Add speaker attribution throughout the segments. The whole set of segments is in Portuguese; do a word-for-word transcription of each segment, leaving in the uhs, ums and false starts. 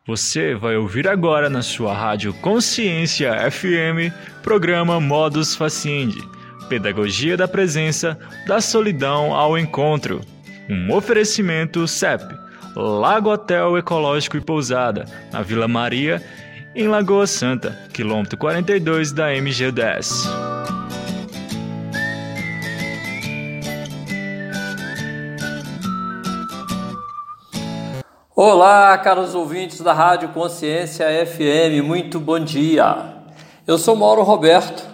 Speaker 1: Você vai ouvir agora na sua rádio Consciência F M, programa Modus Faciendi, Pedagogia da Presença, da Solidão ao Encontro. Um oferecimento C E P, Lago Hotel Ecológico e Pousada, na Vila Maria, em Lagoa Santa, quilômetro quarenta e dois da M G dez.
Speaker 2: Olá, caros ouvintes da Rádio Consciência F M, muito bom dia. Eu sou Mauro Roberto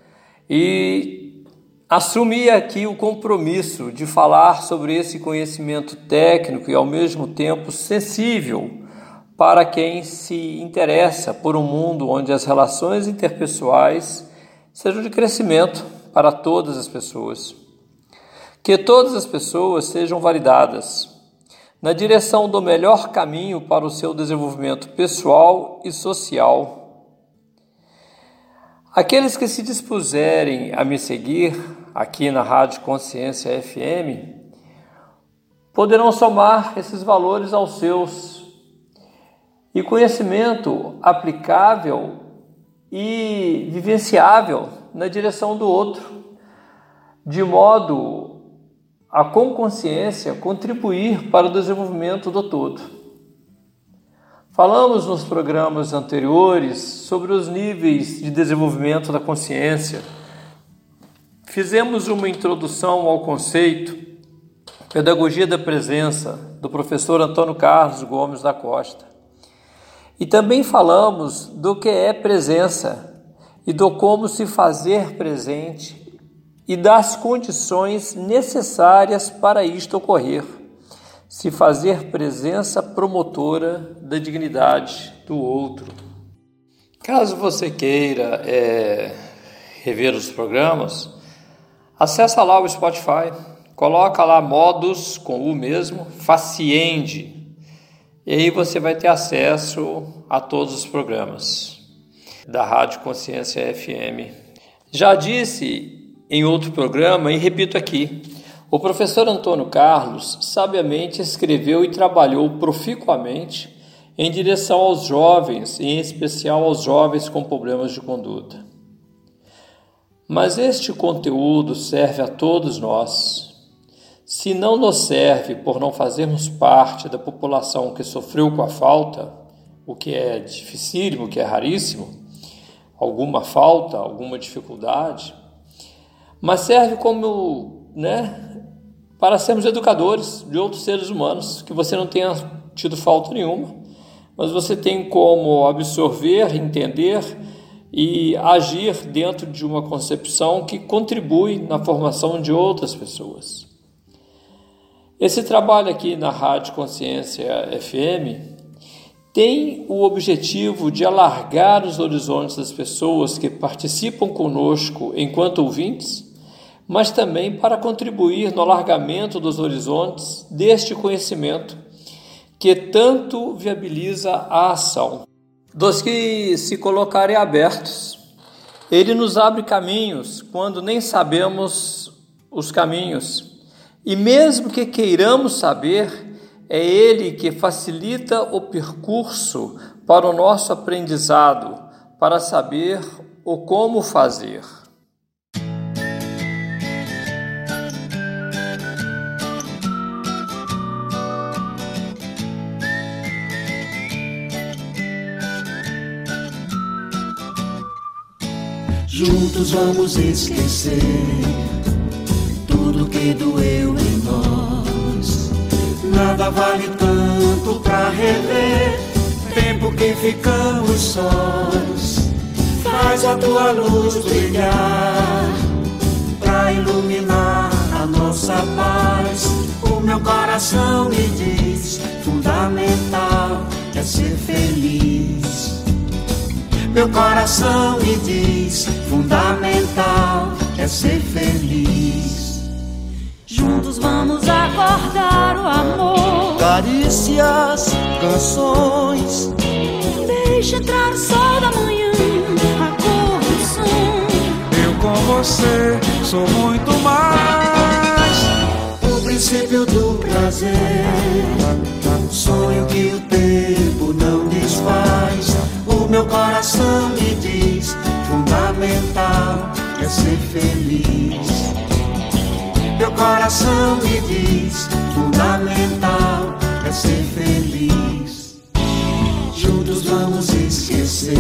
Speaker 2: e assumi aqui o compromisso de falar sobre esse conhecimento técnico e ao mesmo tempo sensível para quem se interessa por um mundo onde as relações interpessoais sejam de crescimento para todas as pessoas. Que todas as pessoas sejam validadas na direção do melhor caminho para o seu desenvolvimento pessoal e social. Aqueles que se dispuserem a me seguir aqui na Rádio Consciência F M poderão somar esses valores aos seus e conhecimento aplicável e vivenciável na direção do outro, de modo a com consciência contribuir para o desenvolvimento do todo. Falamos nos programas anteriores sobre os níveis de desenvolvimento da consciência. Fizemos uma introdução ao conceito Pedagogia da Presença, do professor Antônio Carlos Gomes da Costa. E também falamos do que é presença e do como se fazer presente e das condições necessárias para isto ocorrer, se fazer presença promotora da dignidade do outro. Caso você queira é, rever os programas, acessa lá o Spotify, coloca lá Modus, com U mesmo, Faciendi, e aí você vai ter acesso a todos os programas da Rádio Consciência F M. Já disse em outro programa, e repito aqui, o professor Antônio Carlos sabiamente escreveu e trabalhou proficuamente em direção aos jovens, em especial aos jovens com problemas de conduta. Mas este conteúdo serve a todos nós. Se não nos serve por não fazermos parte da população que sofreu com a falta, o que é dificílimo, o que é raríssimo, alguma falta, alguma dificuldade, mas serve como, né, para sermos educadores de outros seres humanos, que você não tenha tido falta nenhuma, mas você tem como absorver, entender e agir dentro de uma concepção que contribui na formação de outras pessoas. Esse trabalho aqui na Rádio Consciência F M tem o objetivo de alargar os horizontes das pessoas que participam conosco enquanto ouvintes, mas também para contribuir no alargamento dos horizontes deste conhecimento que tanto viabiliza a ação. Dos que se colocarem abertos, ele nos abre caminhos quando nem sabemos os caminhos, e mesmo que queiramos saber, é ele que facilita o percurso para o nosso aprendizado, para saber o como fazer.
Speaker 3: Juntos vamos esquecer tudo que doeu em nós. Nada vale tanto pra rever tempo que ficamos sós. Faz a tua luz brilhar pra iluminar a nossa paz. O meu coração me diz, fundamental é ser feliz. Meu coração me diz, fundamental é ser feliz.
Speaker 4: Juntos vamos acordar o amor,
Speaker 3: carícias, canções.
Speaker 4: Deixa entrar o sol da manhã, a cor do som.
Speaker 5: Eu com você sou muito mais.
Speaker 3: O princípio do prazer, sonho que o tempo não desfaz. fundamental é ser feliz. Meu coração me diz, fundamental é ser feliz. Juntos vamos esquecer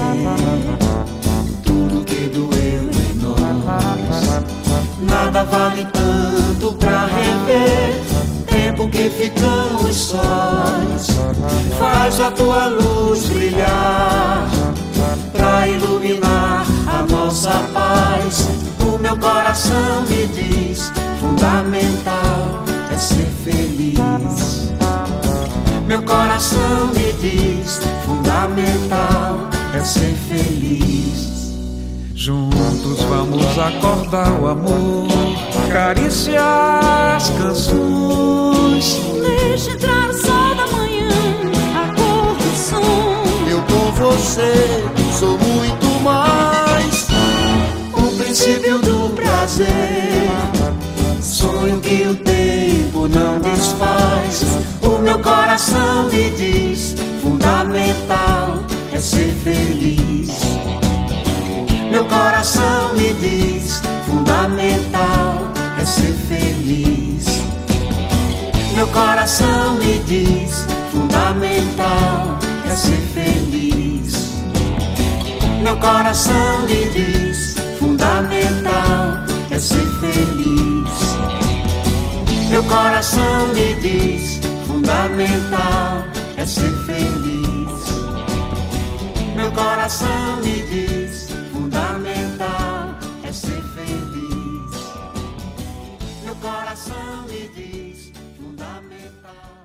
Speaker 3: tudo que doeu em nós. Nada vale tanto pra rever tempo que ficamos sós. Faz a tua luz brilhar pra iluminar a nossa paz. O meu coração me diz, fundamental é ser feliz. Meu coração me diz, fundamental é ser feliz.
Speaker 5: Juntos vamos acordar o amor, acariciar as canções.
Speaker 4: Deixa entrar o sol da manhã, a cor do som.
Speaker 3: Eu com você sou muito mais. O princípio do prazer, sonho que o tempo não desfaz. O meu coração me diz, fundamental é ser feliz. Meu coração me diz, fundamental é ser feliz. Meu coração me diz, fundamental é ser feliz. Meu coração me diz, fundamental é ser feliz. Meu coração me diz, fundamental é ser feliz. Meu coração me diz, fundamental é ser feliz. Meu coração me diz, fundamental.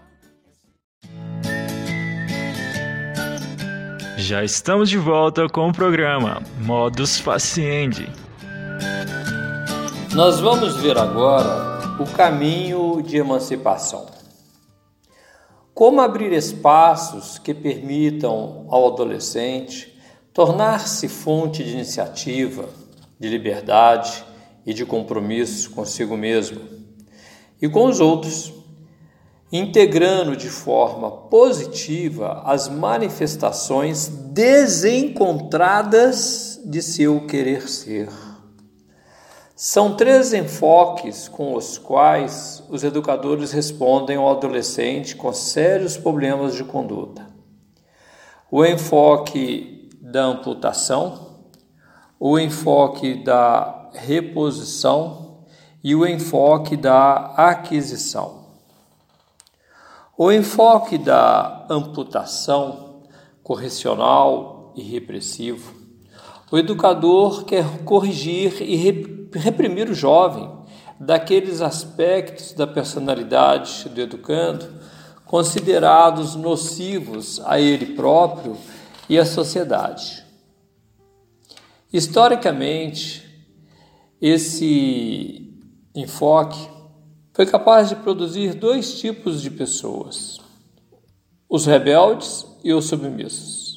Speaker 1: Já estamos de volta com o programa Modus Faciendi.
Speaker 2: Nós vamos ver agora o caminho de emancipação. Como abrir espaços que permitam ao adolescente tornar-se fonte de iniciativa, de liberdade e de compromisso consigo mesmo e com os outros, integrando de forma positiva as manifestações desencontradas de seu querer ser. São três enfoques com os quais os educadores respondem ao adolescente com sérios problemas de conduta. O enfoque da amputação, o enfoque da reposição e o enfoque da aquisição. O enfoque da amputação correcional e repressivo. O educador quer corrigir e reprimir o jovem daqueles aspectos da personalidade do educando considerados nocivos a ele próprio e à sociedade. Historicamente, esse enfoque foi capaz de produzir dois tipos de pessoas: os rebeldes e os submissos.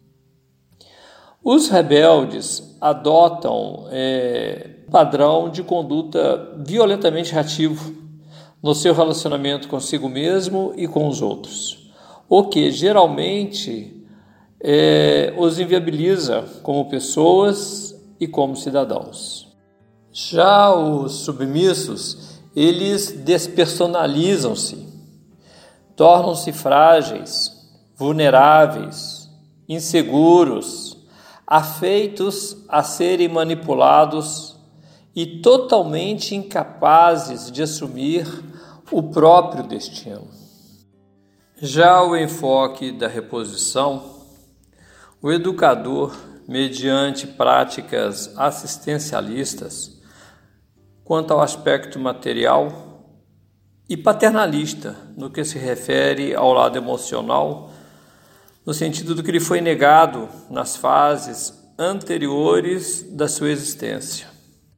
Speaker 2: Os rebeldes adotam é, um padrão de conduta violentamente reativo no seu relacionamento consigo mesmo e com os outros, o que geralmente é, os inviabiliza como pessoas e como cidadãos. Já os submissos, eles despersonalizam-se, tornam-se frágeis, vulneráveis, inseguros, afeitos a serem manipulados e totalmente incapazes de assumir o próprio destino. Já o enfoque da reposição, o educador, mediante práticas assistencialistas, quanto ao aspecto material e paternalista no que se refere ao lado emocional, no sentido do que lhe foi negado nas fases anteriores da sua existência.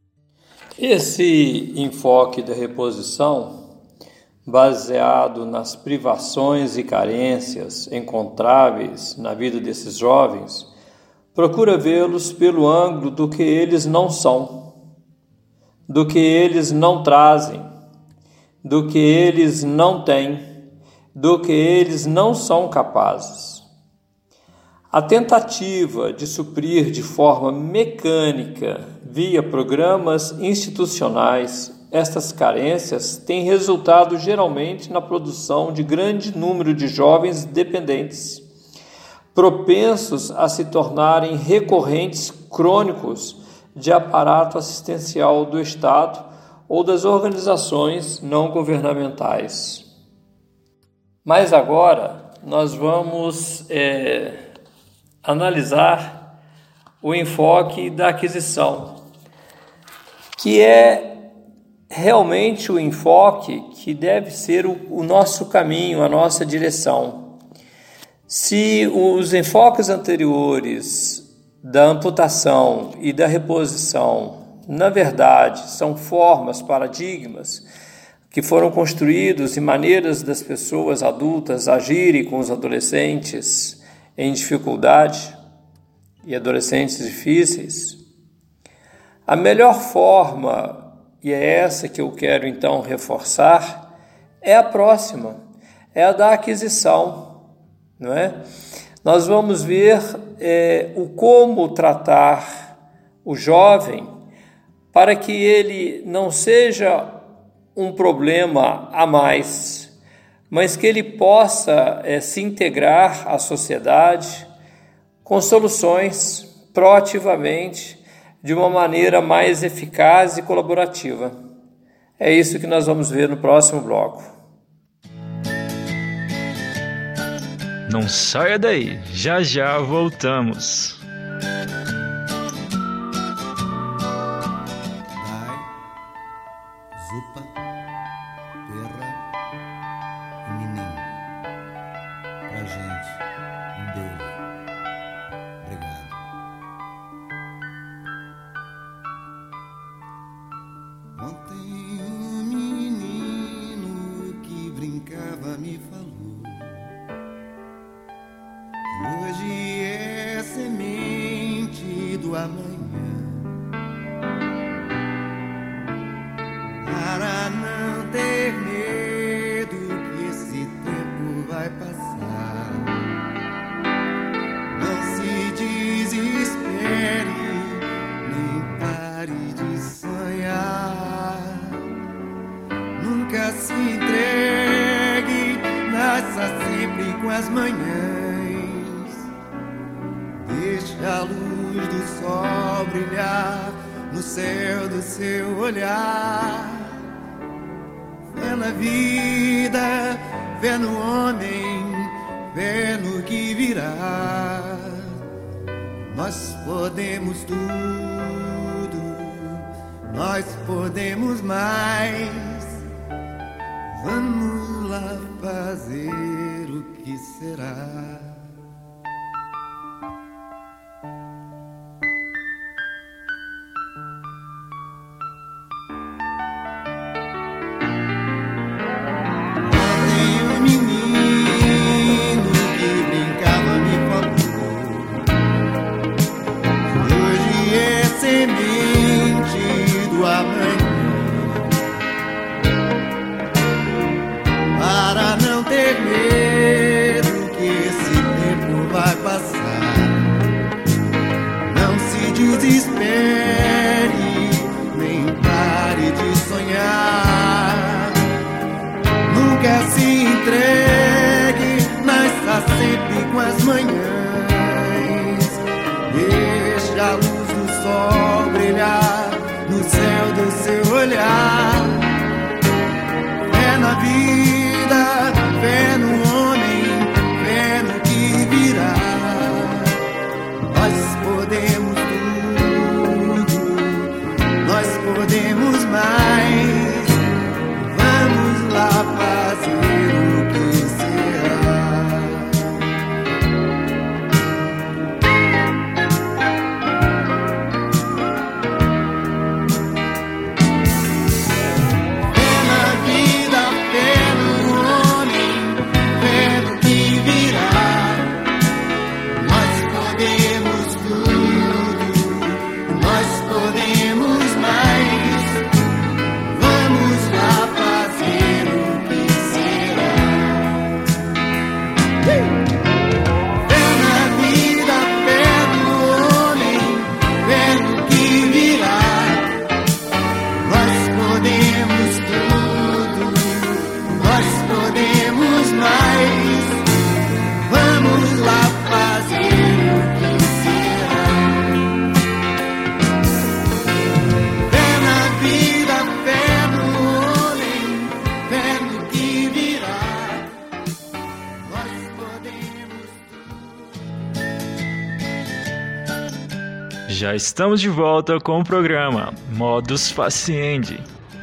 Speaker 2: Esse enfoque da reposição, baseado nas privações e carências encontráveis na vida desses jovens, procura vê-los pelo ângulo do que eles não são, do que eles não trazem, do que eles não têm, do que eles não são capazes. A tentativa de suprir de forma mecânica, via programas institucionais, estas carências tem resultado geralmente na produção de grande número de jovens dependentes, propensos a se tornarem recorrentes crônicos de aparato assistencial do Estado ou das organizações não governamentais. Mas agora nós vamos é, analisar o enfoque da aquisição, que é realmente o enfoque que deve ser o, o nosso caminho, a nossa direção. Se os enfoques anteriores da amputação e da reposição, na verdade, são formas, paradigmas que foram construídos e maneiras das pessoas adultas agirem com os adolescentes em dificuldade e adolescentes difíceis, a melhor forma, e é essa que eu quero então reforçar, é a próxima, é a da aquisição, não é? Nós vamos ver é, o como tratar o jovem para que ele não seja um problema a mais, mas que ele possa é, se integrar à sociedade com soluções proativamente, de uma maneira mais eficaz e colaborativa. É isso que nós vamos ver no próximo bloco.
Speaker 1: Não saia daí, já já voltamos.
Speaker 3: Dai, Zupa, Perra e Menino. Pra gente, um beijo. Obrigado. Ontem um menino que brincava me falou: hoje é semente do amanhã. Para não ter medo que esse tempo vai passar, não se desespere, nem pare de sonhar. Nunca se entregue, nasça sempre com as manhãs. Deixe a luz do sol brilhar no céu do seu olhar. Fé na vida, fé no homem, fé no que virá. Nós podemos tudo, nós podemos mais. Vamos lá fazer o que será. Fé na vida, fé no
Speaker 1: Já estamos de volta com o programa Modus Faciendi.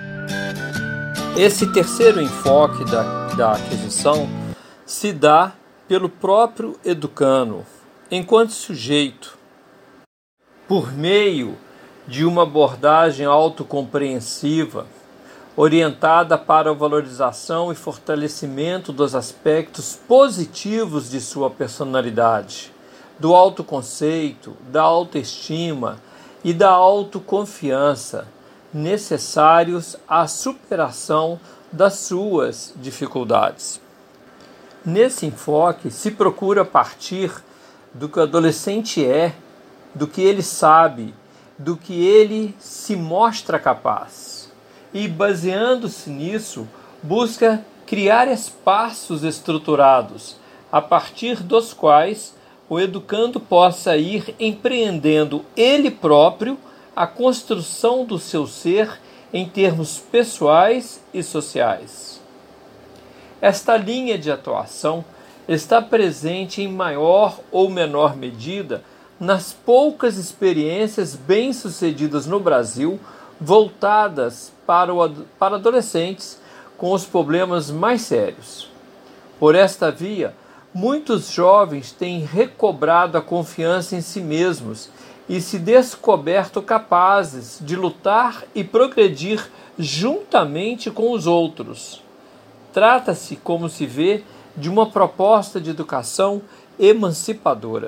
Speaker 2: Esse terceiro enfoque da, da aquisição se dá pelo próprio educando, enquanto sujeito, por meio de uma abordagem autocompreensiva, orientada para a valorização e fortalecimento dos aspectos positivos de sua personalidade, do autoconceito, da autoestima e da autoconfiança, necessários à superação das suas dificuldades. Nesse enfoque, se procura partir do que o adolescente é, do que ele sabe, do que ele se mostra capaz. E, baseando-se nisso, busca criar espaços estruturados, a partir dos quais o educando possa ir empreendendo ele próprio a construção do seu ser em termos pessoais e sociais. Esta linha de atuação está presente em maior ou menor medida nas poucas experiências bem-sucedidas no Brasil voltadas para, o, para adolescentes com os problemas mais sérios. Por esta via, muitos jovens têm recobrado a confiança em si mesmos e se descoberto capazes de lutar e progredir juntamente com os outros. Trata-se, como se vê, de uma proposta de educação emancipadora.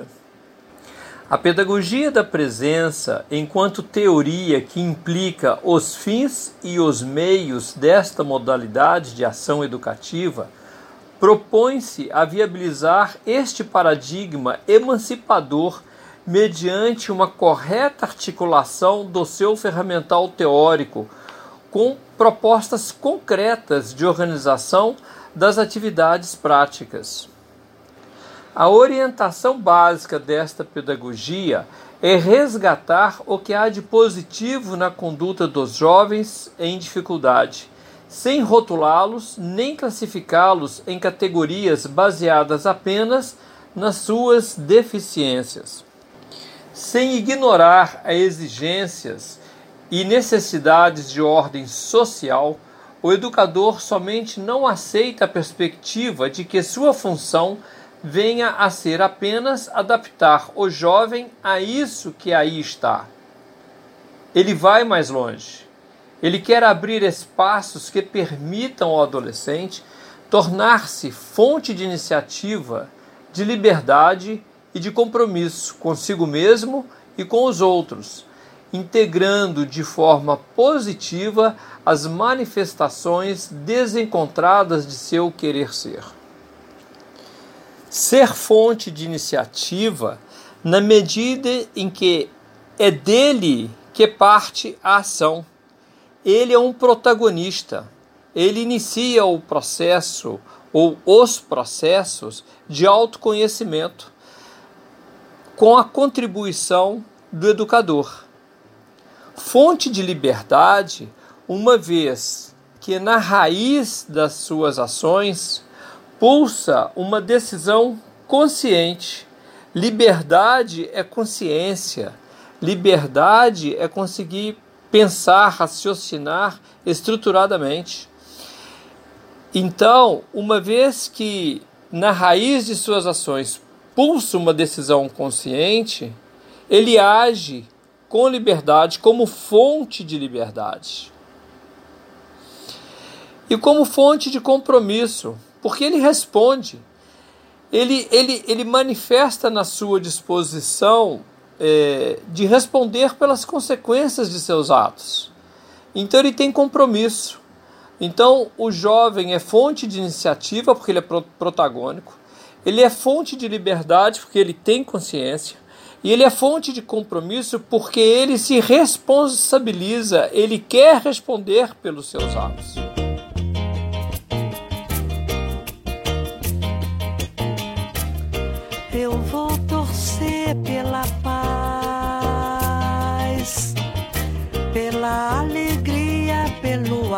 Speaker 2: A pedagogia da presença, enquanto teoria que implica os fins e os meios desta modalidade de ação educativa, propõe-se a viabilizar este paradigma emancipador mediante uma correta articulação do seu ferramental teórico com propostas concretas de organização das atividades práticas. A orientação básica desta pedagogia é resgatar o que há de positivo na conduta dos jovens em dificuldade, sem rotulá-los nem classificá-los em categorias baseadas apenas nas suas deficiências. Sem ignorar as exigências e necessidades de ordem social, o educador somente não aceita a perspectiva de que sua função venha a ser apenas adaptar o jovem a isso que aí está. Ele vai mais longe. Ele quer abrir espaços que permitam ao adolescente tornar-se fonte de iniciativa, de liberdade e de compromisso consigo mesmo e com os outros, integrando de forma positiva as manifestações desencontradas de seu querer ser. Ser fonte de iniciativa na medida em que é dele que parte a ação. Ele é um protagonista, ele inicia o processo ou os processos de autoconhecimento com a contribuição do educador. Fonte de liberdade, uma vez que na raiz das suas ações pulsa uma decisão consciente. Liberdade é consciência, liberdade é conseguir pensar, raciocinar estruturadamente. Então, uma vez que na raiz de suas ações pulsa uma decisão consciente, ele age com liberdade como fonte de liberdade. E como fonte de compromisso, porque ele responde, ele, ele, ele manifesta na sua disposição É, de responder pelas consequências de seus atos. Então ele tem compromisso. Então o jovem é fonte de iniciativa porque ele é pro- protagônico, ele é fonte de liberdade porque ele tem consciência, e ele é fonte de compromisso porque ele se responsabiliza, ele quer responder pelos seus atos.
Speaker 4: Eu vou torcer pela paz, pela alegria, pelo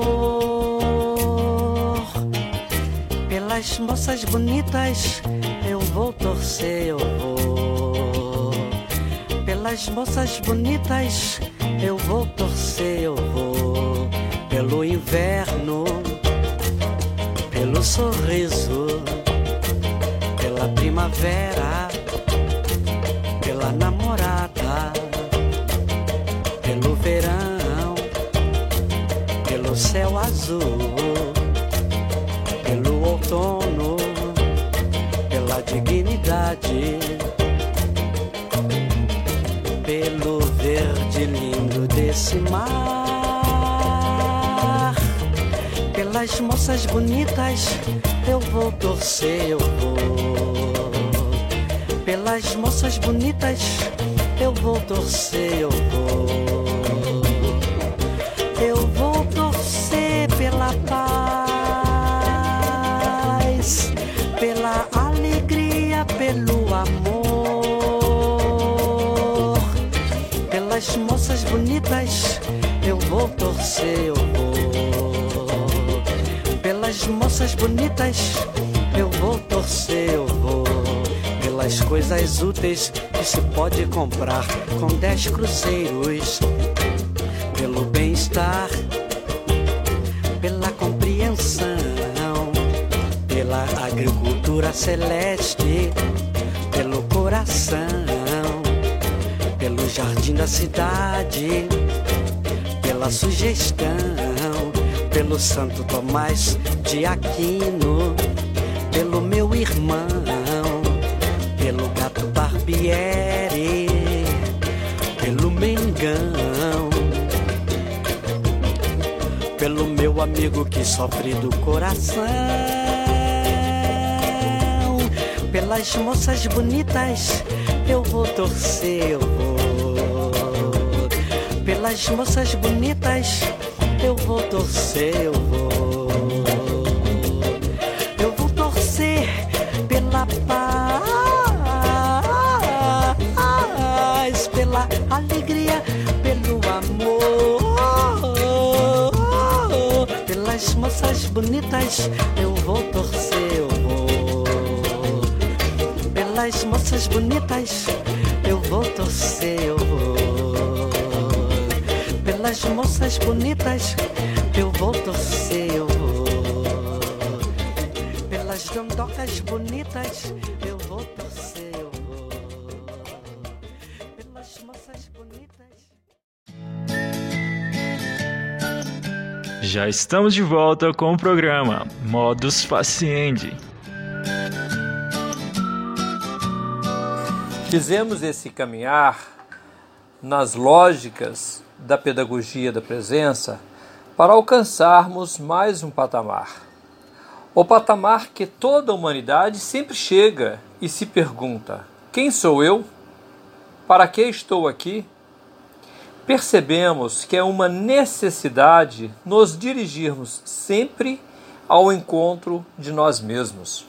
Speaker 4: amor, pelas moças bonitas. Eu vou torcer, eu vou,
Speaker 6: Pelas moças bonitas eu vou torcer, eu vou. Pelo inverno, pelo sorriso, pela primavera, pela namorada, pelo verão, pelo céu azul, pelo outono, pela dignidade, pelo verde lindo desse mar. Pelas moças bonitas eu vou torcer, eu vou. Pelas moças bonitas eu vou torcer, eu vou. Eu vou torcer pela paz, pela alegria, pelo amor. Pelas moças bonitas eu vou torcer, eu vou. Pelas moças bonitas eu vou torcer, eu vou. Pelas coisas úteis que se pode comprar com dez cruzeiros. Pelo bem-estar, pela compreensão, pela agricultura celeste, pelo coração, pelo jardim da cidade, pela sugestão, pelo Santo Tomás de Aquino, pelo meu irmão, pelo gato Barbieri, pelo Mengão, pelo meu amigo que sofre do coração. Pelas moças bonitas eu vou torcer, eu vou. Pelas moças bonitas eu vou torcer, eu vou. Eu vou torcer pela paz, pela alegria, pelo amor. Pelas moças bonitas eu vou torcer, eu vou. Pelas moças bonitas eu vou torcer, eu vou. Pelas moças bonitas eu vou torcer, eu vou. Pelas gandocas bonitas eu vou torcer, eu vou. Pelas moças bonitas.
Speaker 1: Já estamos de volta com o programa Modus Faciendi.
Speaker 2: Fizemos esse caminhar nas lógicas da pedagogia da presença para alcançarmos mais um patamar. O patamar que toda a humanidade sempre chega e se pergunta: quem sou eu? Para que estou aqui? Percebemos que é uma necessidade nos dirigirmos sempre ao encontro de nós mesmos.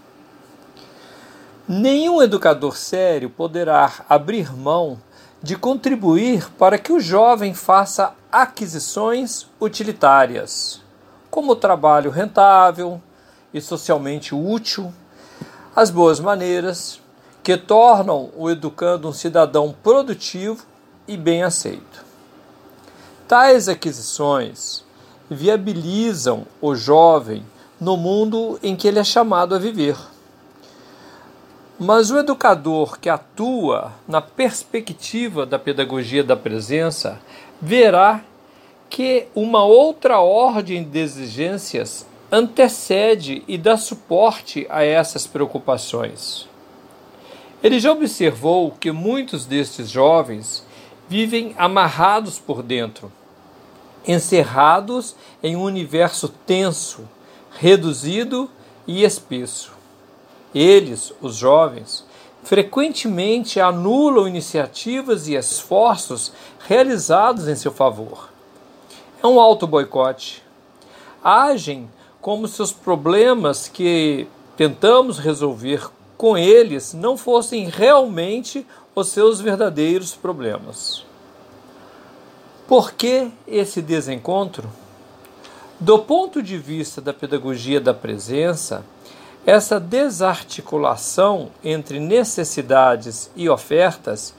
Speaker 2: Nenhum educador sério poderá abrir mão de contribuir para que o jovem faça aquisições utilitárias, como o trabalho rentável e socialmente útil, as boas maneiras, que tornam o educando um cidadão produtivo e bem aceito. Tais aquisições viabilizam o jovem no mundo em que ele é chamado a viver. Mas o educador que atua na perspectiva da pedagogia da presença verá que uma outra ordem de exigências antecede e dá suporte a essas preocupações. Ele já observou que muitos destes jovens vivem amarrados por dentro, encerrados em um universo tenso, reduzido e espesso. Eles, os jovens, frequentemente anulam iniciativas e esforços realizados em seu favor. É um auto-boicote. Agem como se os problemas que tentamos resolver com eles não fossem realmente os seus verdadeiros problemas. Por que esse desencontro? Do ponto de vista da pedagogia da presença, essa desarticulação entre necessidades e ofertas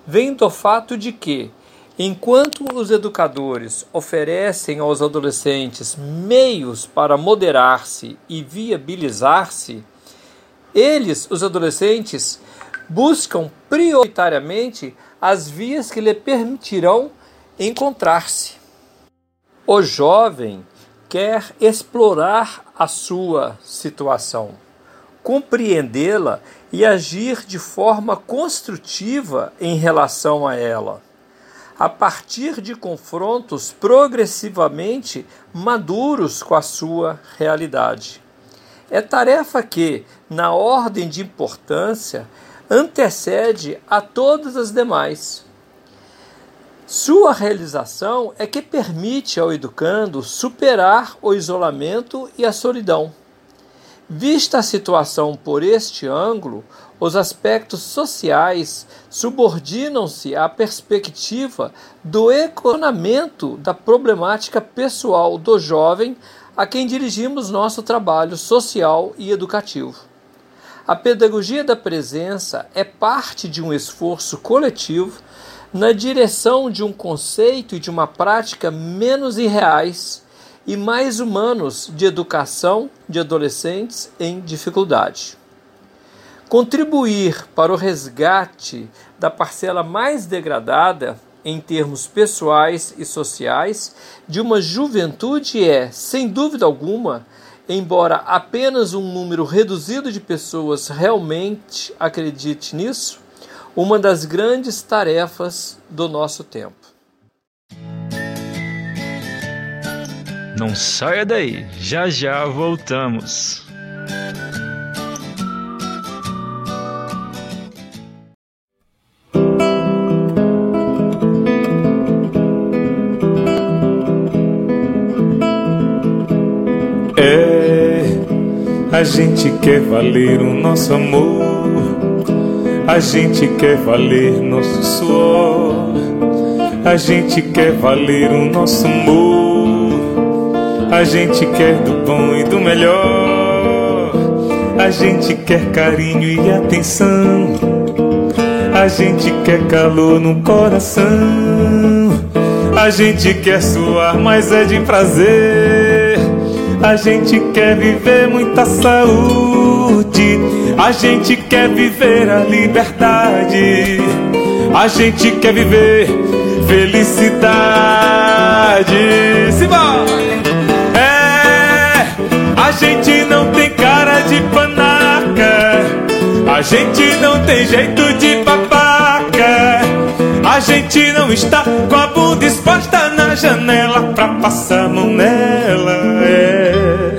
Speaker 2: vem do fato de que, enquanto os educadores oferecem aos adolescentes meios para moderar-se e viabilizar-se, eles, os adolescentes, buscam prioritariamente as vias que lhe permitirão encontrar-se. O jovem quer explorar a sua situação, compreendê-la e agir de forma construtiva em relação a ela, a partir de confrontos progressivamente maduros com a sua realidade. É tarefa que, na ordem de importância, antecede a todas as demais. Sua realização é que permite ao educando superar o isolamento e a solidão. Vista a situação por este ângulo, os aspectos sociais subordinam-se à perspectiva do equacionamento da problemática pessoal do jovem a quem dirigimos nosso trabalho social e educativo. A pedagogia da presença é parte de um esforço coletivo na direção de um conceito e de uma prática menos irreais e mais humanos de educação de adolescentes em dificuldade. Contribuir para o resgate da parcela mais degradada, em termos pessoais e sociais, de uma juventude é, sem dúvida alguma, embora apenas um número reduzido de pessoas realmente acredite nisso, uma das grandes tarefas do nosso tempo.
Speaker 1: Não saia daí, já já voltamos.
Speaker 7: É, a gente quer valer o nosso amor, a gente quer valer nosso suor, a gente quer valer o nosso amor, a gente quer do bom e do melhor, a gente quer carinho e atenção, a gente quer calor no coração, a gente quer suar, mas é de prazer, a gente quer viver muita saúde, a gente quer viver a liberdade, a gente quer viver felicidade. Simbora! É, a gente não tem cara de panaca, a gente não tem jeito de babaca, a gente não está com a bunda exposta na janela pra passar a mão nela. É,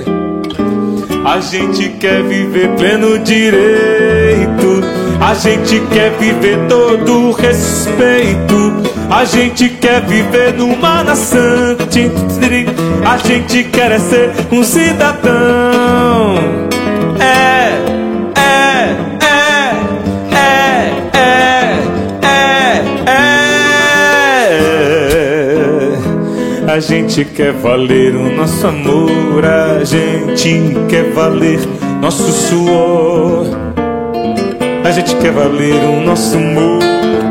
Speaker 7: a gente quer viver pleno direito, a gente quer viver todo respeito, a gente quer viver numa nação, a gente quer é ser um cidadão. É, é, é, é, é, é, é. A gente quer valer o nosso amor, a gente quer valer nosso suor, a gente quer valer o nosso amor,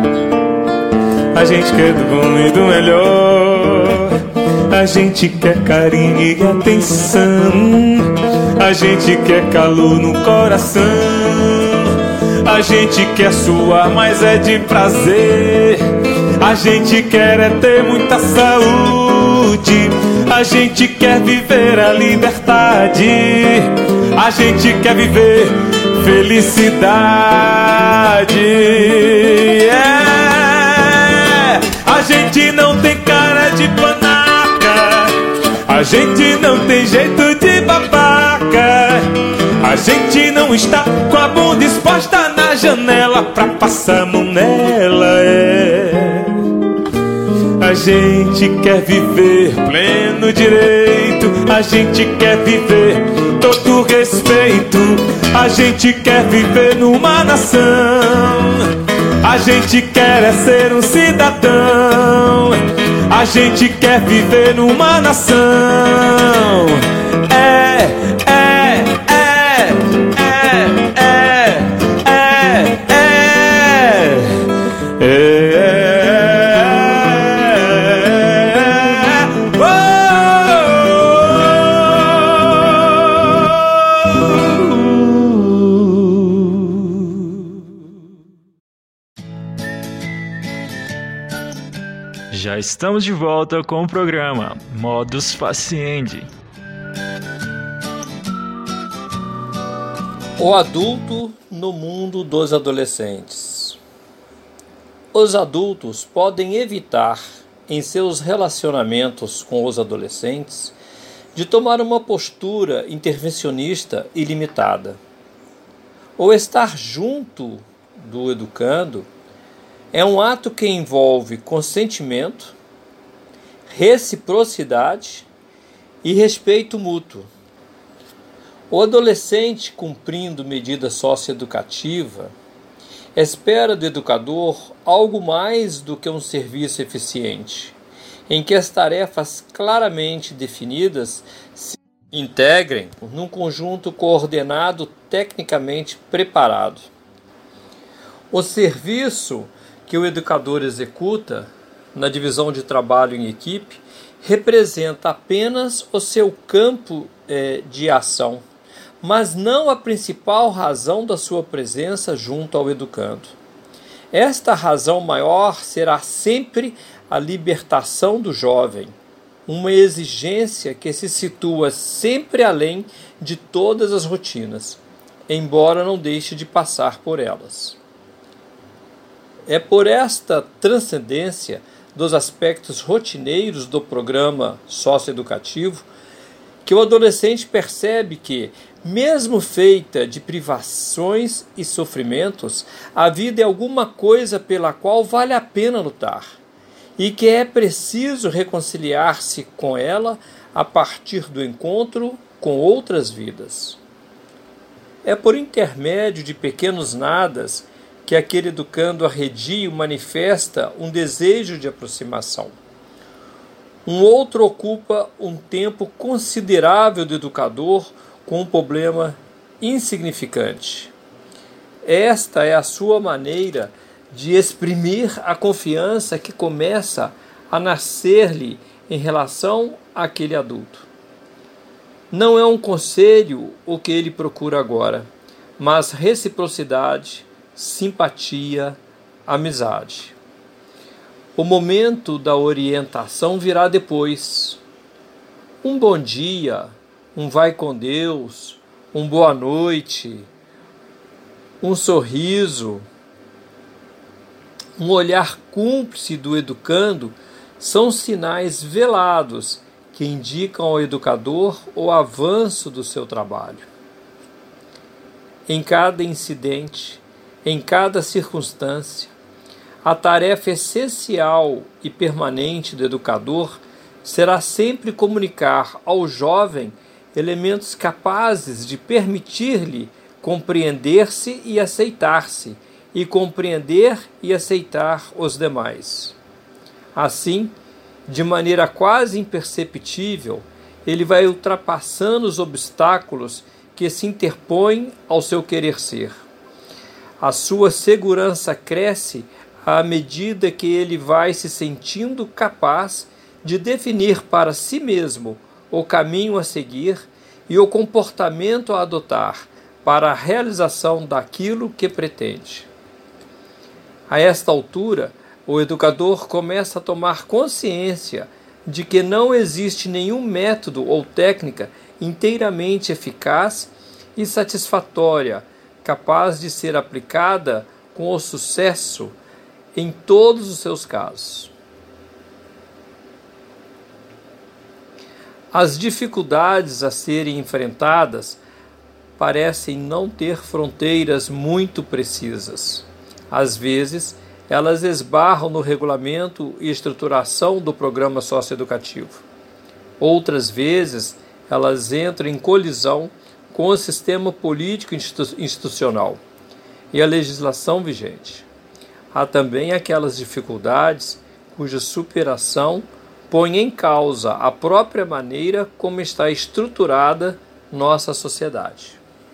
Speaker 7: a gente quer do bom e do melhor, a gente quer carinho e atenção, a gente quer calor no coração, a gente quer suar, mas é de prazer, a gente quer é ter muita saúde, a gente quer viver a liberdade, a gente quer viver felicidade. É, a gente não tem cara de panaca, a gente não tem jeito de babaca, a gente não está com a bunda exposta na janela pra passar a mão nela. É, a gente quer viver pleno direito, a gente quer viver todo respeito, a gente quer viver numa nação, a gente quer é ser um cidadão, a gente quer viver numa nação. É, é, é, é, é, é, é, é.
Speaker 1: Já estamos de volta com o programa Modus Faciendi.
Speaker 2: O adulto no mundo dos adolescentes. Os adultos podem evitar, em seus relacionamentos com os adolescentes, de tomar uma postura intervencionista ilimitada. O estar junto do educando é um ato que envolve consentimento, reciprocidade e respeito mútuo. O adolescente, cumprindo medida socioeducativa, espera do educador algo mais do que um serviço eficiente, em que as tarefas claramente definidas se integrem num conjunto coordenado, tecnicamente preparado. O serviço que o educador executa na divisão de trabalho em equipe representa apenas o seu campo eh, de ação, mas não a principal razão da sua presença junto ao educando. Esta razão maior será sempre a libertação do jovem, uma exigência que se situa sempre além de todas as rotinas, embora não deixe de passar por elas. É por esta transcendência dos aspectos rotineiros do programa socioeducativo que o adolescente percebe que, mesmo feita de privações e sofrimentos, a vida é alguma coisa pela qual vale a pena lutar e que é preciso reconciliar-se com ela a partir do encontro com outras vidas. É por intermédio de pequenos nadas que aquele educando arredio manifesta um desejo de aproximação. Um outro ocupa um tempo considerável do educador com um problema insignificante. Esta é a sua maneira de exprimir a confiança que começa a nascer-lhe em relação àquele adulto. Não é um conselho o que ele procura agora, mas reciprocidade, simpatia, amizade. O momento da orientação virá depois. Um bom dia, um vai com Deus, um boa noite, um sorriso, um olhar cúmplice do educando são sinais velados que indicam ao educador o avanço do seu trabalho. Em cada incidente, em cada circunstância, a tarefa essencial e permanente do educador será sempre comunicar ao jovem elementos capazes de permitir-lhe compreender-se e aceitar-se, e compreender e aceitar os demais. Assim, de maneira quase imperceptível, ele vai ultrapassando os obstáculos que se interpõem ao seu querer ser. A sua segurança cresce à medida que ele vai se sentindo capaz de definir para si mesmo o caminho a seguir e o comportamento a adotar para a realização daquilo que pretende. A esta altura, o educador começa a tomar consciência de que não existe nenhum método ou técnica inteiramente eficaz e satisfatória, capaz de ser aplicada com o sucesso em todos os seus casos. As dificuldades a serem enfrentadas parecem não ter fronteiras muito precisas. Às vezes, elas esbarram no regulamento e estruturação do programa socioeducativo. Outras vezes, elas entram em colisão com o sistema político institucional e a legislação vigente. Há também aquelas dificuldades cuja superação põe em causa a própria maneira como está estruturada nossa sociedade.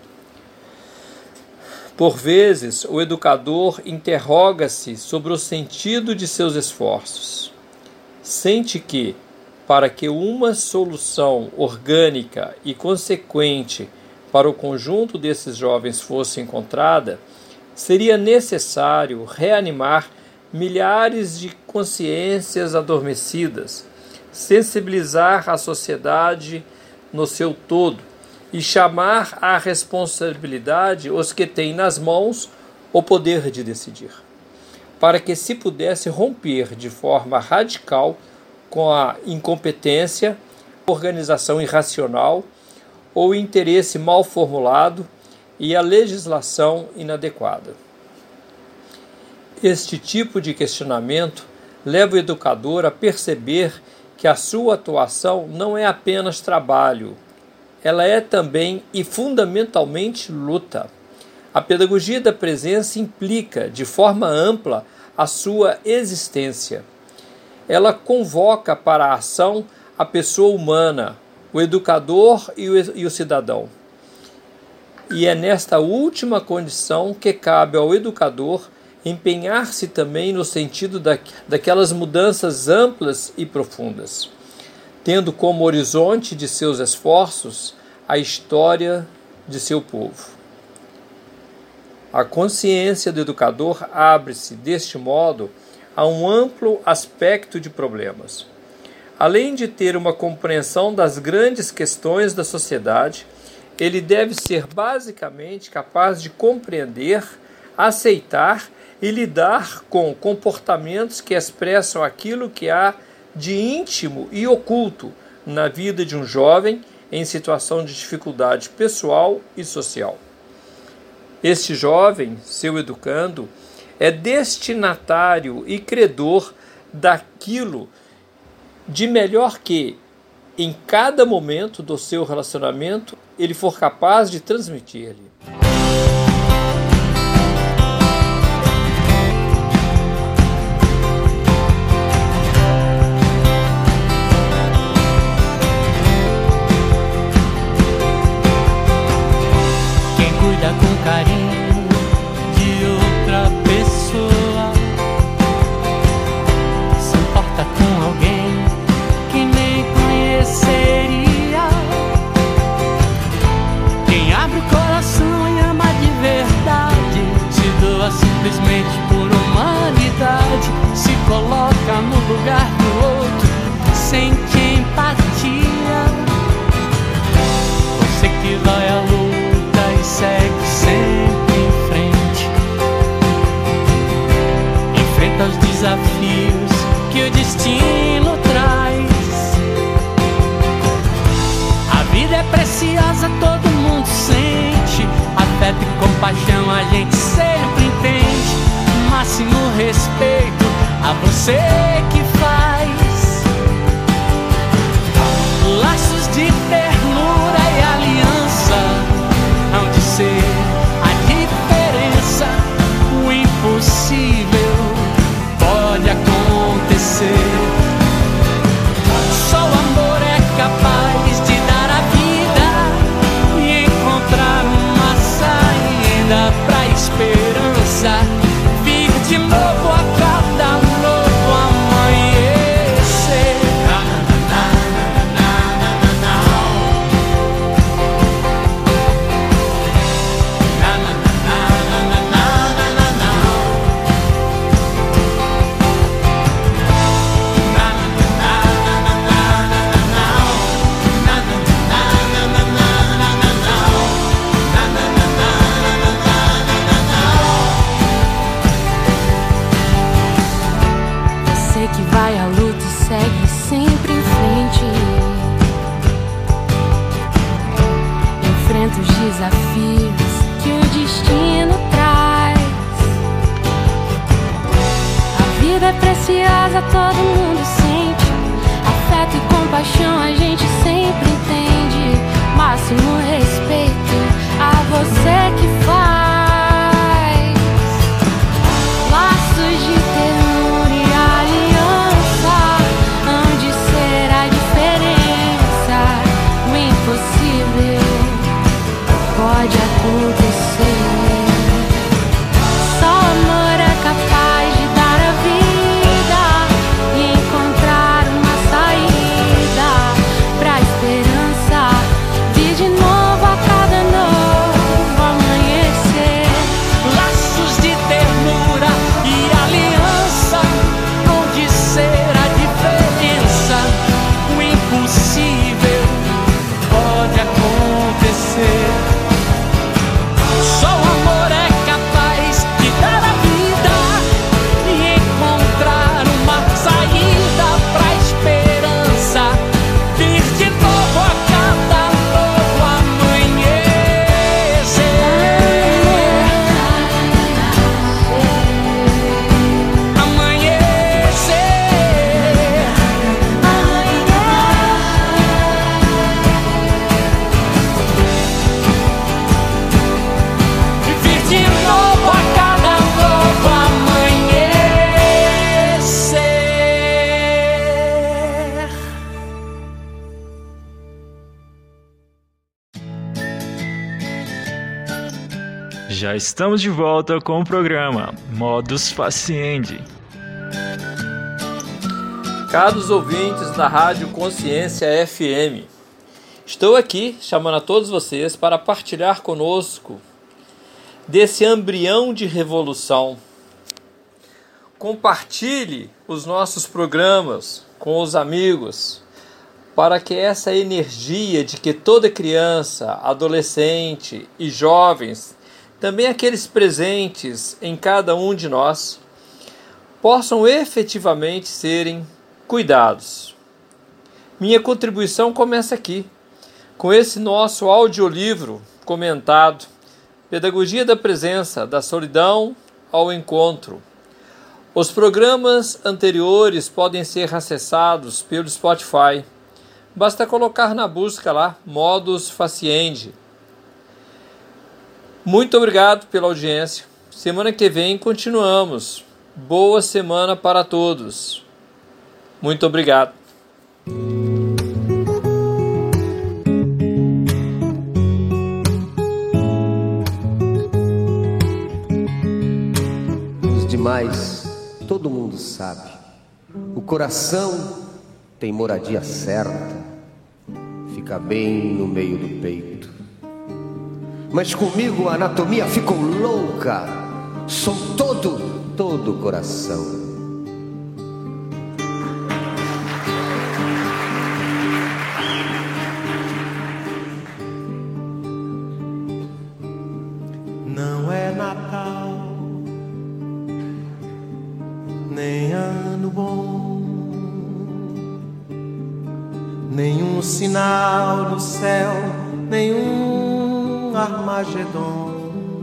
Speaker 2: Por vezes, o educador interroga-se sobre o sentido de seus esforços. Sente que, para que uma solução orgânica e consequente para o conjunto desses jovens fosse encontrada, seria necessário reanimar milhares de consciências adormecidas, sensibilizar a sociedade no seu todo e chamar à responsabilidade os que têm nas mãos o poder de decidir, para que se pudesse romper de forma radical com a incompetência, organização irracional, ou interesse mal formulado e a legislação inadequada. Este tipo de questionamento leva o educador a perceber que a sua atuação não é apenas trabalho, ela é também e fundamentalmente luta. A pedagogia da presença implica, de forma ampla, a sua existência. Ela convoca para a ação a pessoa humana, o educador e o, e o cidadão. E é nesta última condição que cabe ao educador empenhar-se também no sentido da, daquelas mudanças amplas e profundas, tendo como horizonte de seus esforços a história de seu povo. A consciência do educador abre-se, deste modo, a um amplo aspecto de problemas. Além de ter uma compreensão das grandes questões da sociedade, ele deve ser basicamente capaz de compreender, aceitar e lidar com comportamentos que expressam aquilo que há de íntimo e oculto na vida de um jovem em situação de dificuldade pessoal e social. Este jovem, seu educando, é destinatário e credor daquilo de melhor que, em cada momento do seu relacionamento, ele for capaz de transmitir-lhe.
Speaker 6: Quem cuida com carinho de outra pessoa se importa com alguém que nem conheceria. Quem abre o coração e ama de verdade se doa simplesmente por humanidade, se coloca no lugar do outro, sente empatia. Você que vai à luta e segue sempre em frente, enfrenta os desafios que o destino traz. A vida é preciosa, todo mundo sente, afeto e compaixão a gente sempre entende. Máximo respeito a você que faz laços de ternura e aliança, hão de ser a diferença. O impossível pode acontecer. Só o amor é capaz de dar a vida e encontrar uma saída pra esperança vir de novo a cada novo amanhecer. Você que vai à luta e segue sempre em frente, enfrenta os desafios que o destino traz. A vida é preciosa, todo mundo sente, afeto e compaixão a gente sempre entende. Máximo respeito a você que faz laços de ternura e aliança, hão de ser a diferença. O impossível pode acontecer. Só o amor é capaz de dar a vida e
Speaker 1: Já estamos de volta com o programa Modus Faciendi.
Speaker 2: Caros ouvintes da Rádio Consciência F M, estou aqui chamando a todos vocês para partilhar conosco desse embrião de revolução. Compartilhe os nossos programas com os amigos, para que essa energia de que toda criança, adolescente e jovens, também aqueles presentes em cada um de nós, possam efetivamente serem cuidados. Minha contribuição começa aqui, com esse nosso audiolivro comentado, Pedagogia da Presença, da Solidão ao Encontro. Os programas anteriores podem ser acessados pelo Spotify. Basta colocar na busca lá, Modus Faciendi. Muito obrigado pela audiência. Semana que vem continuamos. Boa semana para todos. Muito obrigado.
Speaker 8: Os demais, todo mundo sabe. O coração tem moradia certa, fica bem no meio do peito. Mas comigo a anatomia ficou louca. Sou todo, todo coração.
Speaker 3: Não é Natal, nem ano bom, nenhum sinal no céu, nenhum Armagedon,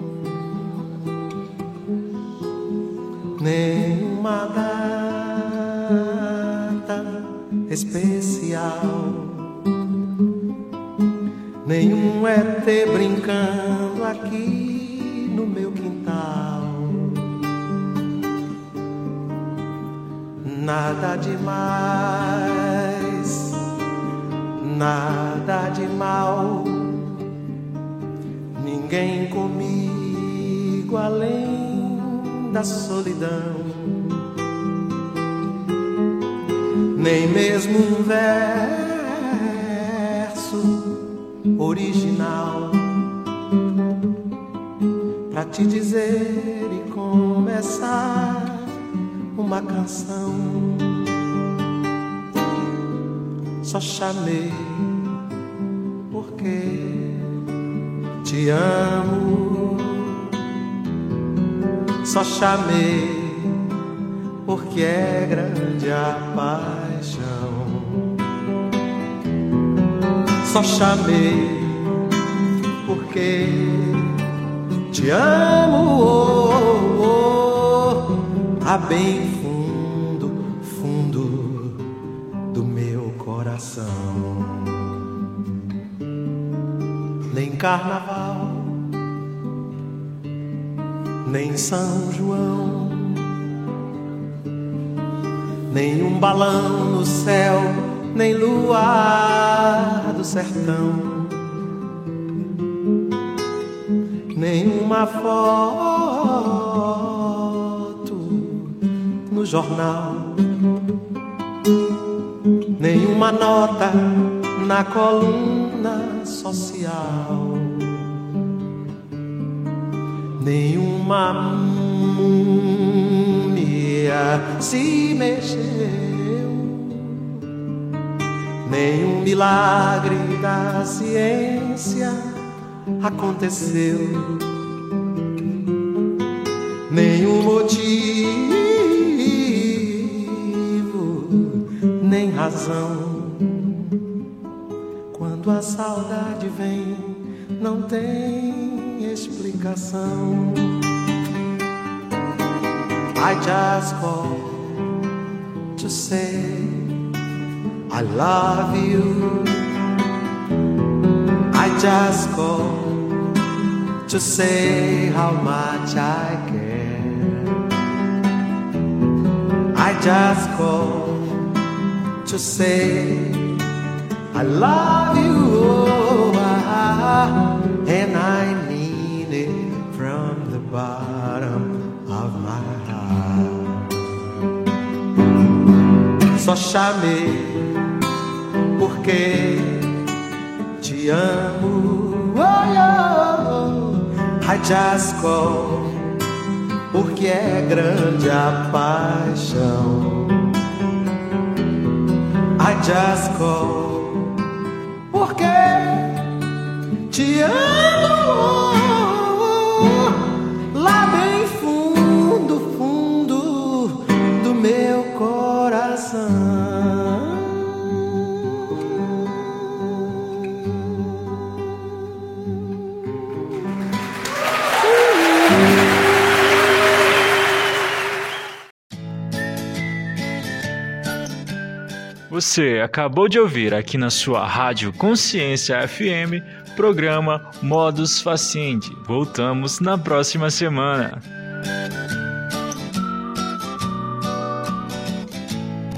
Speaker 3: nenhuma data especial, nenhum E T brincando aqui no meu quintal. Nada demais, nada de mal, ninguém comigo além da solidão, nem mesmo um verso original pra te dizer e começar uma canção. Só chamei porque te amo. Só chamei porque é grande a paixão. Só chamei porque te amo, oh, oh, oh, a bem fundo, fundo do meu coração. Nem carnaval, nem São João, nem um balão no céu, nem luar do sertão, nenhuma foto no jornal, nenhuma nota na coluna social, nenhuma múmia se mexeu, nenhum milagre da ciência aconteceu, nenhum motivo, nem razão. Quando a saudade vem, não tem explicação. I just call to say I love you. I just call to say how much I care. I just call to say I love you, oh, ah, and I mean it from bottom of my heart. Só chamei porque te amo. Oh, oh, I just call porque é grande a paixão. I just call porque te amo. Lá bem fundo, fundo do meu coração.
Speaker 1: Você acabou de ouvir aqui na sua Rádio Consciência F M, programa Modus Faciendi. Voltamos na próxima semana.